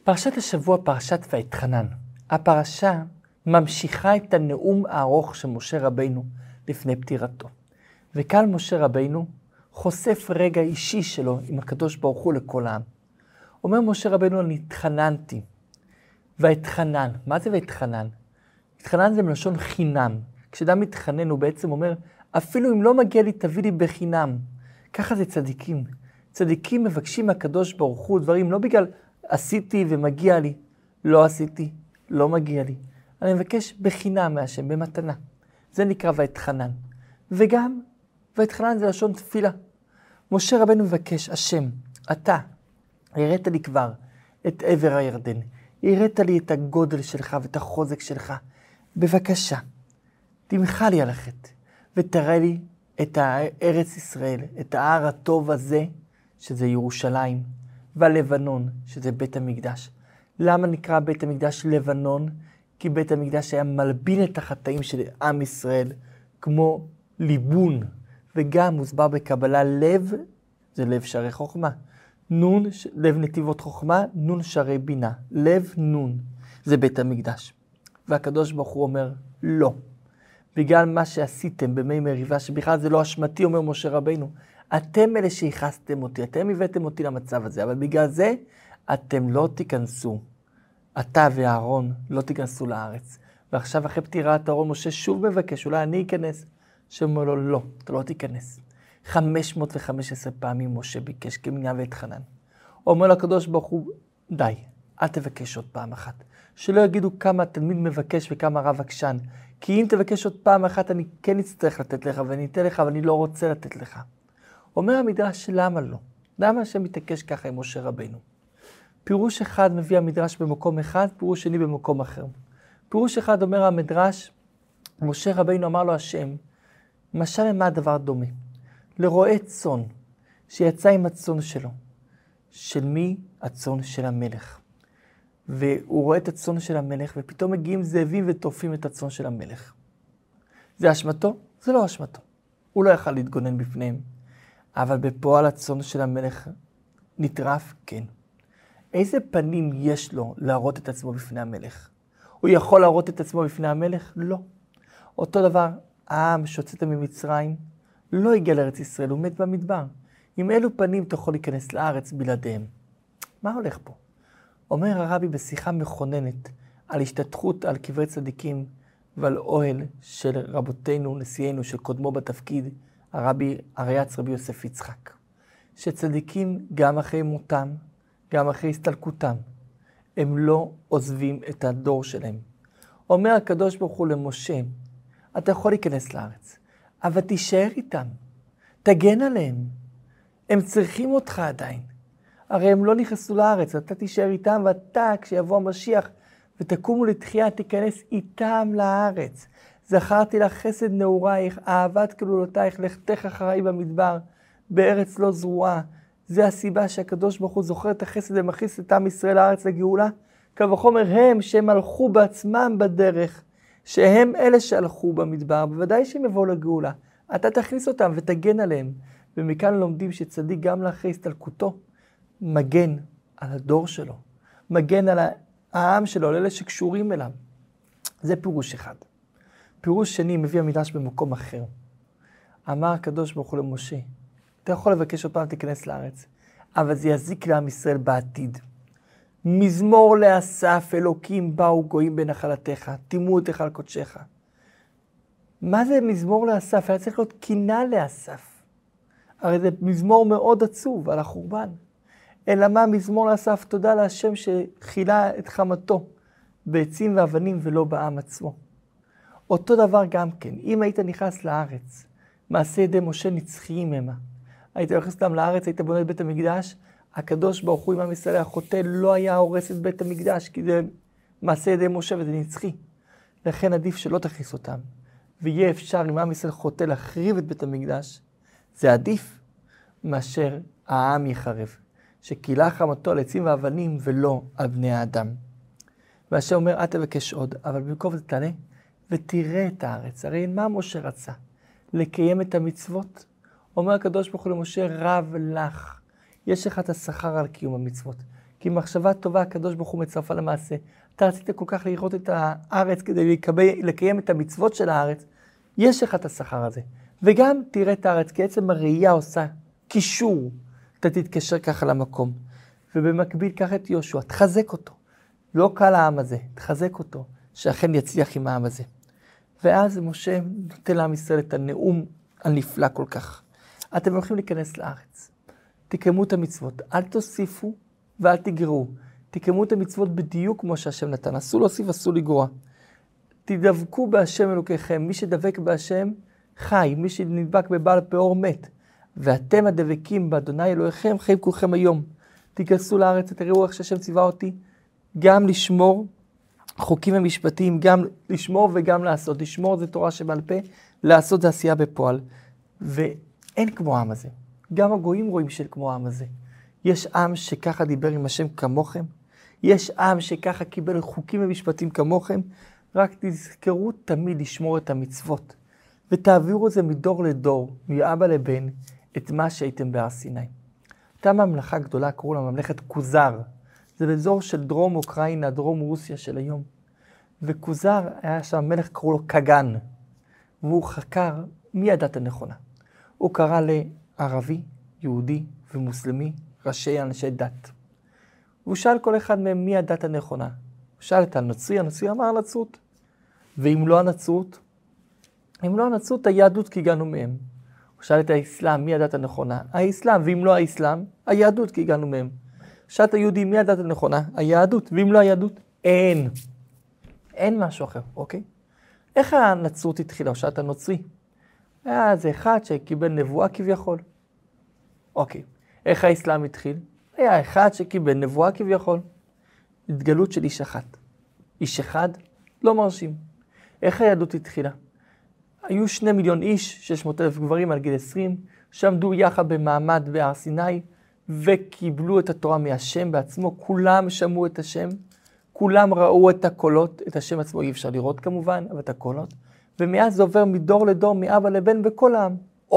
פרשת השבוע, פרשת ואתחנן. הפרשה ממשיכה את הנאום הארוך של משה רבינו לפני פטירתו. וכאן משה רבינו חושף רגע אישי שלו עם הקדוש ברוך הוא לכל העם. אומר משה רבינו, אני התחננתי. ואתחנן, מה זה ואתחנן? התחנן זה מלשון חינם. כשאדם מתחנן הוא בעצם אומר, אפילו אם לא מגיע לי תביא לי בחינם. ככה זה צדיקים. צדיקים מבקשים מהקדוש ברוך הוא דברים לא בגלל עשיתי ומגיע לי, לא עשיתי, לא מגיע לי. אני מבקש בחינם מהשם, במתנה. זה נקרא ואתחנן. וגם, ואתחנן זה לשון תפילה. משה רבנו מבקש, השם, אתה, הראת לי כבר את עבר הירדן, הראת לי את הגודל שלך ואת החוזק שלך. בבקשה, תמחה לי על החטא, ותראה לי את ארץ ישראל, את ההר הטוב הזה, שזה ירושלים, והלבנון, שזה בית המקדש. למה נקרא בית המקדש לבנון? כי בית המקדש היה מלבין את החטאים של עם ישראל, כמו ליבון, וגם מוסבר בקבלה לב, זה לב שערי חוכמה. נון, לב נתיבות חוכמה, נון שערי בינה. לב נון, זה בית המקדש. והקדוש ברוך הוא אומר, לא. בגלל מה שעשיתם במי מריבה, שבכלל זה לא אשמתי, אומר משה רבינו. אתם אלה שהכנסתם אותי, אתם הבאתם אותי למצב הזה, אבל בגלל זה אתם לא תיכנסו. אתה ואהרון לא תיכנסו לארץ. ועכשיו אחרי פטירת אהרון, משה שוב מבקש, אולי אני אכנס. שאומר לו, לא, אתה לא תיכנס. 515 פעמים משה ביקש כמניין ואתחנן. אומר לו הקדוש ברוך הוא, די, אל תבקש עוד פעם אחת. שלא יגידו כמה תלמיד מבקש וכמה רב עקשן. כי אם תבקש עוד פעם אחת, אני כן אצטרך לתת לך, ואני אתן לך, אבל אני לא רוצה לתת לך. אומר המדרש, למה לא? למה השם מתעקש ככה עם משה רבינו? פירוש אחד מביא המדרש במקום אחד, פירוש שני במקום אחר. פירוש אחד אומר המדרש, משה רבינו אמר לו השם, משל למה הדבר דומה? לרועה צאן, שיצא עם הצאן שלו. של מי? הצאן של המלך. והוא רואה את הצאן של המלך, ופתאום מגיעים זאבים וטורפים את הצאן של המלך. זה אשמתו? זה לא אשמתו. הוא לא יכל להתגונן בפניהם. אבל בפועל הצאן של המלך נטרף? כן. איזה פנים יש לו להראות את עצמו בפני המלך? הוא יכול להראות את עצמו בפני המלך? לא. אותו דבר, העם שהוצאתם ממצרים לא הגיע לארץ ישראל, הוא מת במדבר. עם אילו פנים אתה יכול להיכנס לארץ בלעדיהם? מה הולך פה? אומר הרבי בשיחה מכוננת על השתתחות על קברי צדיקים ועל אוהל של רבותינו, נשיאנו, של קודמו בתפקיד, הרבי אריאץ רבי יוסף יצחק. שצדיקים גם אחרי מותם, גם אחרי הסתלקותם, הם לא עוזבים את הדור שלהם. אומר הקדוש ברוך הוא למשה, אתה יכול להיכנס לארץ, אבל תישאר איתם, תגן עליהם. הם צריכים אותך עדיין. הרי הם לא נכנסו לארץ, אתה תישאר איתם, ואתה, כשיבוא המשיח ותקומו לתחייה, תיכנס איתם לארץ. זכרתי לך חסד נעורייך, אהבת כלולותייך, לכתך אחריי במדבר, בארץ לא זרועה. זה הסיבה שהקדוש ברוך הוא זוכר את החסד ומכניס את עם ישראל לארץ לגאולה. קל וחומר הם שהם הלכו בעצמם בדרך, שהם אלה שהלכו במדבר, בוודאי שהם יבואו לגאולה. אתה תכניס אותם ותגן עליהם. ומכאן לומדים שצדיק גם לאחרי הסתלקותו, מגן על הדור שלו, מגן על העם שלו, על אלה שקשורים אליו. זה פירוש אחד. פירוש שני מביא המדרש במקום אחר. אמר הקדוש ברוך הוא למשה, אתה יכול לבקש עוד פעם תיכנס לארץ, אבל זה יזיק לעם ישראל בעתיד. מזמור לאסף, אלוקים באו גויים בנחלתך, תימו את היכל קודשך. מה זה מזמור לאסף? היה צריך להיות קינה לאסף. הרי זה מזמור מאוד עצוב על החורבן. אלא מה מזמור לאסף? תודה להשם שחילה את חמתו בעצים ואבנים ולא בעם עצמו. אותו דבר גם כן, אם היית נכנס לארץ, מעשה ידי משה נצחיים המה. היית נכנס אותם לארץ, היית בונה את בית המקדש, הקדוש ברוך הוא עם עם ישראל החוטא לא היה הורס את בית המקדש, כי זה מעשה ידי משה וזה נצחי. לכן עדיף שלא תכניס אותם, ויהיה אפשר עם עם ישראל חוטא להחריב את בית המקדש, זה עדיף מאשר העם יחרב, שקילה חמתו על עצים ואבנים ולא על בני האדם. והשם אומר, את תבקש עוד, אבל במקום זה תעלה ותראה את הארץ. הרי מה משה רצה? לקיים את המצוות. אומר הקדוש ברוך הוא למשה, רב לך, יש לך את השכר על קיום המצוות. כי מחשבה טובה הקדוש ברוך הוא מצרפה למעשה. אתה רצית כל כך לראות את הארץ כדי לקיים את המצוות של הארץ, יש לך את השכר הזה. וגם תראה את הארץ, כי עצם הראייה עושה קישור, אתה תתקשר ככה למקום. ובמקביל קח את יהושע, תחזק אותו. לא קל העם הזה, תחזק אותו, שאכן יצליח עם העם הזה. ואז משה נותן לעם ישראל את הנאום הנפלא כל כך. אתם הולכים להיכנס לארץ, תקיימו את המצוות, אל תוסיפו ואל תגרעו. תקיימו את המצוות בדיוק כמו שהשם נתן, אסור להוסיף, אסור לגרוע. תדבקו בהשם אלוקיכם, מי שדבק בהשם חי, מי שנדבק בבעל פאור מת. ואתם הדבקים באדוני אלוהיכם חיים כולכם היום. תיכנסו לארץ, תראו איך שהשם ציווה אותי, גם לשמור חוקים ומשפטים, גם לשמור וגם לעשות. לשמור זה תורה שבעל פה, לעשות זה עשייה בפועל. ואין כמו העם הזה. גם הגויים רואים של כמו העם הזה. יש עם שככה דיבר עם השם כמוכם. יש עם שככה קיבל חוקים ומשפטים כמוכם. רק תזכרו תמיד לשמור את המצוות. ותעבירו את זה מדור לדור, מאבא לבן, את מה שהייתם בהר סיני. הייתה ממלכה גדולה, קראו לה ממלכת כוזר. זה באזור של דרום אוקראינה, דרום רוסיה של היום. וכוזר היה שם מלך, קראו לו קגן. והוא חקר מי הדת הנכונה. הוא קרא לערבי, יהודי ומוסלמי, ראשי אנשי דת. והוא שאל כל אחד מהם מי הדת הנכונה. הוא שאל את הנוצרי, הנוצרי אמר הנצרות. ואם לא הנצרות, אם לא הנצרות, היהדות כי הגענו מהם. הוא שאל את האסלאם מי הדת הנכונה, האסלאם, ואם לא האסלאם, היהדות כי הגענו מהם. שאל את היהודים מי הדת הנכונה, היהדות, ואם לא היהדות, אין משהו אחר, אוקיי? איך הנצרות התחילה? הוא שאל את הנוצרי. היה איזה אחד שקיבל נבואה כביכול. אוקיי. איך האסלאם התחיל? היה אחד שקיבל נבואה כביכול. התגלות של איש אחת. איש אחד לא מרשים. איך היהדות התחילה? היו 2 מיליון איש, 600,000 גברים על גיל 20, שעמדו יחד במעמד בהר סיני, וקיבלו את התורה מהשם בעצמו. כולם שמעו את השם, כולם ראו את הקולות, את השם עצמו אי אפשר לראות כמובן, אבל את הקולות. ומאז זה עובר מדור לדור, מאבא לבן בכל העם.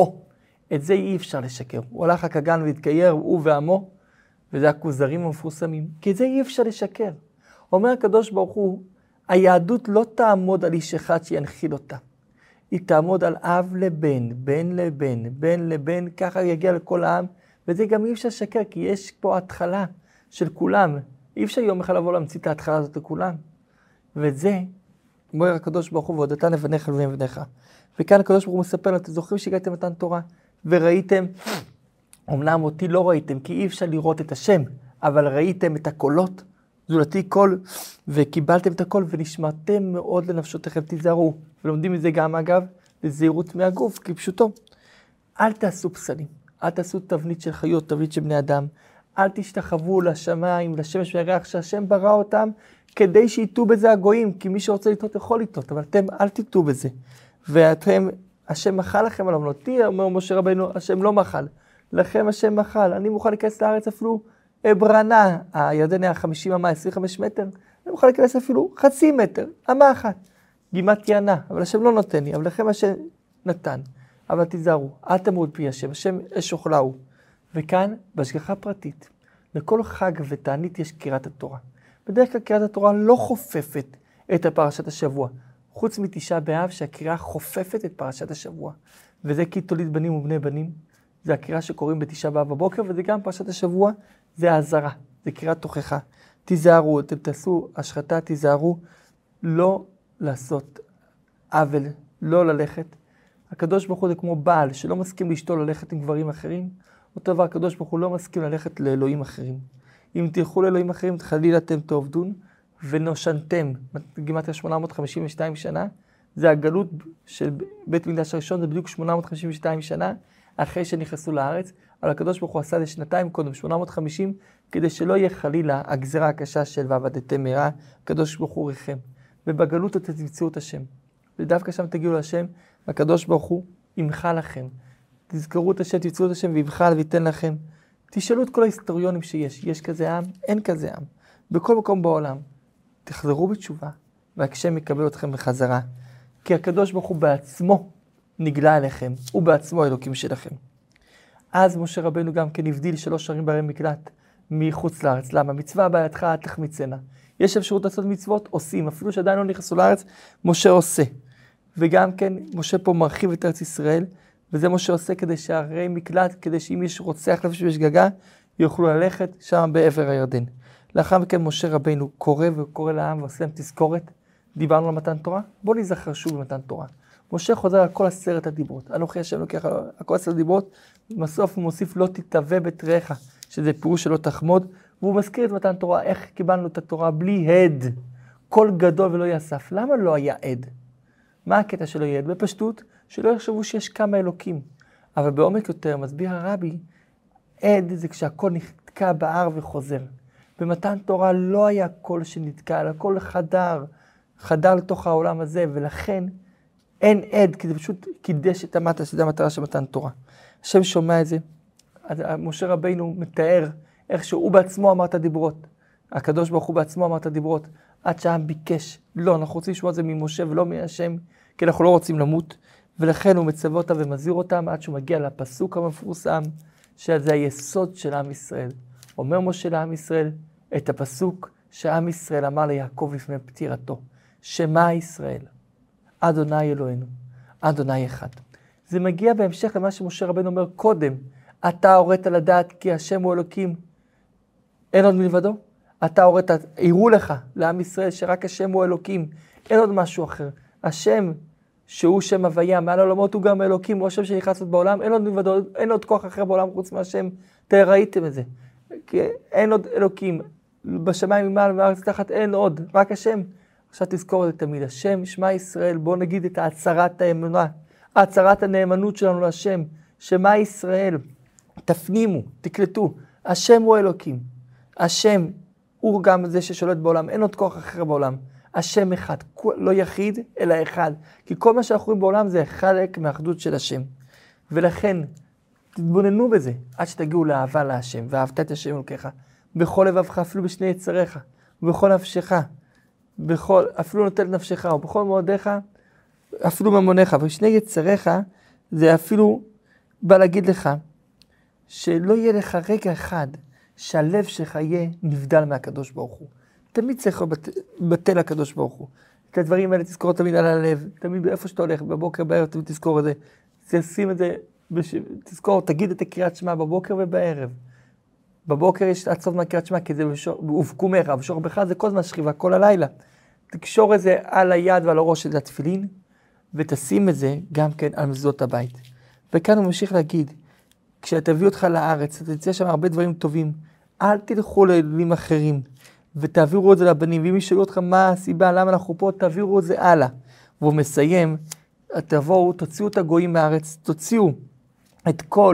את זה אי אפשר לשקר. הוא הלך הקגן והתגייר, הוא ועמו, וזה הכוזרים המפורסמים. כי את זה אי אפשר לשקר. אומר הקדוש ברוך הוא, היהדות לא תעמוד על איש אחד שינחיל אותה. היא תעמוד על אב לבן, בן לבן, בן לבן, ככה יגיע לכל העם. וזה גם אי אפשר לשקר, כי יש פה התחלה של כולם. אי אפשר יום אחד לבוא להמציא את ההתחלה הזאת לכולם. ואת זה, אומר הקדוש ברוך הוא, והודתה לבניך ולבניך. וכאן הקדוש ברוך הוא מספר, אתם זוכרים שהגעתם מתן תורה, וראיתם, אמנם אותי לא ראיתם, כי אי אפשר לראות את השם, אבל ראיתם את הקולות, זולתי קול, וקיבלתם את הקול, ונשמרתם מאוד לנפשותיכם, תיזהרו. ולומדים מזה גם אגב, לזהירות מהגוף, כפשוטו. אל תעשו פסלים, אל תעשו תבנית של חיות, תבנית של בני אדם, אל תשתחוו לשמיים, לשמש והריח שהשם ברא אותם, כדי שיטעו בזה הגויים, כי מי שרוצה לטעות יכול לטעות, אבל אתם אל תטעו בזה. ואתם, השם מחל לכם על אמנותי, אומר משה רבינו, השם לא מחל. לכם השם מחל, אני מוכן להיכנס לארץ אפילו ברנה, הירדן היה 50 אמה, 25 מטר, אני מוכן להיכנס אפילו חצי מטר, אמה אחת. גימת יענה, אבל השם לא נותן לי, אבל לכם השם נתן. אבל תיזהרו, אל תמרו את פי השם, השם אש אוכלהו. וכאן, בהשגחה פרטית, לכל חג ותענית יש קריאת התורה. בדרך כלל קריאת התורה לא חופפת את פרשת השבוע, חוץ מתשעה באב שהקריאה חופפת את פרשת השבוע. וזה כי תוליד בנים ובני בנים, זה הקריאה שקוראים בתשעה באב בבוקר, וזה גם פרשת השבוע, זה האזהרה, זה קריאת תוכחה. תיזהרו, אתם תעשו השחתה, תיזהרו, לא לעשות עוול, לא ללכת. הקדוש ברוך הוא זה כמו בעל שלא מסכים לאשתו ללכת עם גברים אחרים, אותו דבר הקדוש ברוך הוא לא מסכים ללכת לאלוהים אחרים. אם תלכו לאלוהים אחרים, חלילה אתם תעבדון ונושנתם. גימטריה 852 שנה, זה הגלות של בית מקדש הראשון, זה בדיוק 852 שנה אחרי שנכנסו לארץ, אבל הקדוש ברוך הוא עשה זה שנתיים קודם, 850, כדי שלא יהיה חלילה הגזרה הקשה של ועבדתם מהרה, הקדוש ברוך הוא ריחם. ובגלות אתם תמצאו את השם. ודווקא שם תגיעו להשם, הקדוש ברוך הוא ימחה לכם. תזכרו את השם, תמצאו את השם ויבחל וייתן לכם. תשאלו את כל ההיסטוריונים שיש. יש כזה עם? אין כזה עם. בכל מקום בעולם. תחזרו בתשובה, והשם יקבל אתכם בחזרה. כי הקדוש ברוך הוא בעצמו נגלה אליכם. הוא בעצמו האלוקים שלכם. אז משה רבנו גם כן הבדיל 3 ערים בערי מקלט. מחוץ לארץ. למה? מצווה בידך אל תחמיצנה. יש אפשרות לעשות מצוות, עושים. אפילו שעדיין לא נכנסו לארץ, משה עושה. וגם כן, משה פה מרחיב את ארץ ישראל, וזה משה עושה כדי שערי מקלט, כדי שאם יש רוצח נפש בשגגה, יוכלו ללכת שם בעבר הירדן. לאחר מכן משה רבינו קורא לעם ועושה להם תזכורת. דיברנו על מתן תורה, בואו נזכר שוב במתן תורה. משה חוזר על כל 10 הדיברות. אנוכי השם לוקח על כל 10 הדיברות, בסוף הוא מוסיף לא תתאווה בתריך, שזה פירוש שלא תחמוד, והוא מזכיר את מתן תורה, איך קיבלנו את התורה בלי הד, קול גדול ולא יאסף. למה לא היה עד? מה הקטע שלא יהיה עד? בפשטות, שלא יחשבו שיש כמה אלוקים. אבל בעומק יותר, מסביר הרבי, עד זה כשהקול נתקע בער וחוזר. במתן תורה לא היה קול שנתקע, אלא קול חדר לתוך העולם הזה, ולכן אין עד, כי זה פשוט קידש את המטה, שזה המטרה של מתן תורה. השם שומע את זה, משה רבינו מתאר איך שהוא בעצמו אמר את הדיברות. הקדוש ברוך הוא בעצמו אמר את הדיברות, עד שהעם ביקש. לא, אנחנו רוצים לשמוע את זה ממשה ולא מהשם, כי אנחנו לא רוצים למות, ולכן הוא מצווה אותם ומזהיר אותם, עד שהוא מגיע לפסוק המפורסם, שזה היסוד של עם ישראל. אומר משה לעם ישראל את הפסוק שעם ישראל אמר ליעקב לפני פטירתו, שמע ישראל, אדוני אלוהינו, אדוני אחד. זה מגיע בהמשך למה שמשה רבנו אומר קודם, אתה הורית לדעת כי השם הוא אלוקים, אין עוד מלבדו. אתה הורית, הראו לך לעם ישראל שרק השם הוא אלוקים, אין עוד משהו אחר. השם שהוא שם הוויה, מעל העולמות הוא גם אלוקים, הוא השם שנכנס בעולם, אין עוד מלבדו, אין עוד כוח אחר בעולם חוץ מהשם, ראיתם את זה. כי אין עוד אלוקים, בשמיים ממעל ובארץ תחת אין עוד, רק השם. עכשיו תזכור את זה תמיד, השם, שמע ישראל, בואו נגיד את הצהרת האמונה, הצהרת הנאמנות שלנו להשם, שמע ישראל, תפנימו, תקלטו, השם הוא אלוקים, השם הוא גם זה ששולט בעולם, אין עוד כוח אחר בעולם, השם אחד, לא יחיד אלא אחד, כי כל מה שאנחנו רואים בעולם זה חלק מהאחדות של השם, ולכן תתבוננו בזה, עד שתגיעו לאהבה להשם, ואהבת את השם אלוקיך, בכל לבבך, אפילו בשני יצריך, ובכל נפשך, אפילו נוטל נפשך, ובכל מאודיך, אפילו ממונך, ושני יצריך, זה אפילו בא להגיד לך, שלא יהיה לך רגע אחד, שהלב שלך יהיה נבדל מהקדוש ברוך הוא. תמיד צריך לבטל הקדוש ברוך הוא. את הדברים האלה תזכור תמיד על הלב, תמיד באיפה שאתה הולך, בבוקר, בערב, תמיד תזכור את זה. תשים את זה, תזכור, תגיד את הקריאת שמע בבוקר ובערב. בבוקר יש עד סוף מהקריאת שמע, כי זה ובקומך, ושוכבך זה כל זמן שכיבה, כל הלילה. תקשור את זה על היד ועל הראש של התפילין, ותשים את זה גם כן על מזוזות הבית. וכאן הוא ממשיך להגיד, כשתביא אותך לארץ, אתה תצא שם הרבה דברים טובים, אל תלכו לאלים אחרים, ותעבירו את זה לבנים, ואם ישאלו אותך מה הסיבה, למה אנחנו פה, תעבירו את זה הלאה. והוא מסיים, תבואו, תוציאו את הגויים מהארץ, תוציאו את כל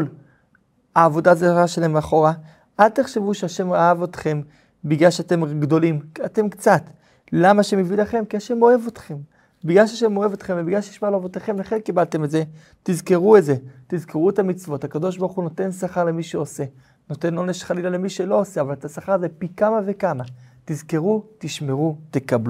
העבודה זרה שלהם מאחורה, אל תחשבו שהשם אהב אתכם בגלל שאתם גדולים, אתם קצת. למה השם מביא לכם? כי השם אוהב אתכם. בגלל שהשם אוהב אתכם ובגלל שישמע לאבותיכם, לכן קיבלתם את זה. תזכרו את זה, תזכרו את המצוות. הקדוש ברוך הוא נותן שכר למי שעושה, נותן עונש חלילה למי שלא עושה, אבל את השכר הזה פי כמה וכמה. תזכרו, תשמרו, תקבלו.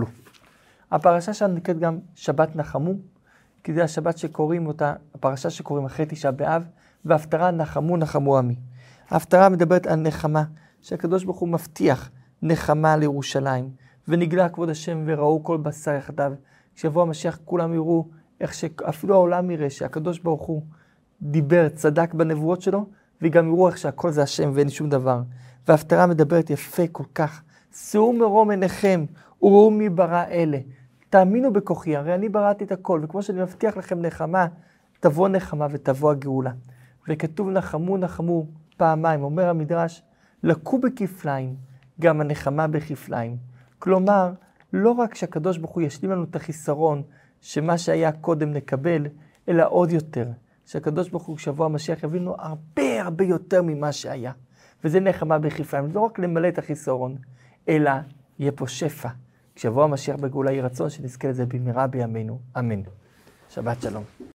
הפרשה שלנו נקראת גם שבת נחמו, כי זה השבת שקוראים אותה, הפרשה שקוראים אחרי תשעה באב, וההפטרה נחמו נחמו עמי. ההפטרה מדברת על נחמה, שהקדוש ברוך הוא מבטיח נחמה לירושלים, ונגלה כבוד השם וראו כל בשר יחדיו. כשיבוא המשיח כולם יראו איך שאפילו העולם יראה שהקדוש ברוך הוא דיבר, צדק בנבואות שלו, וגם יראו איך שהכל זה השם ואין שום דבר. וההפטרה מדברת יפה כל כך, שאו מרום עיניכם וראו מי ברא אלה. תאמינו בכוחי, הרי אני בראתי את הכל, וכמו שאני מבטיח לכם נחמה, תבוא נחמה ותבוא הגאולה. וכתוב נחמו נחמו פעמיים, אומר המדרש, לקו בכפליים, גם הנחמה בכפליים. כלומר, לא רק שהקדוש ברוך הוא ישלים לנו את החיסרון, שמה שהיה קודם נקבל, אלא עוד יותר. שהקדוש ברוך הוא שבוע המשיח יביא לנו הרבה הרבה יותר ממה שהיה. וזה נחמה בכפליים, לא רק למלא את החיסרון, אלא יהיה פה שפע. כשבוע המשיח בגאולה יהיה רצון שנזכה לזה במהרה בימינו. אמן. שבת שלום.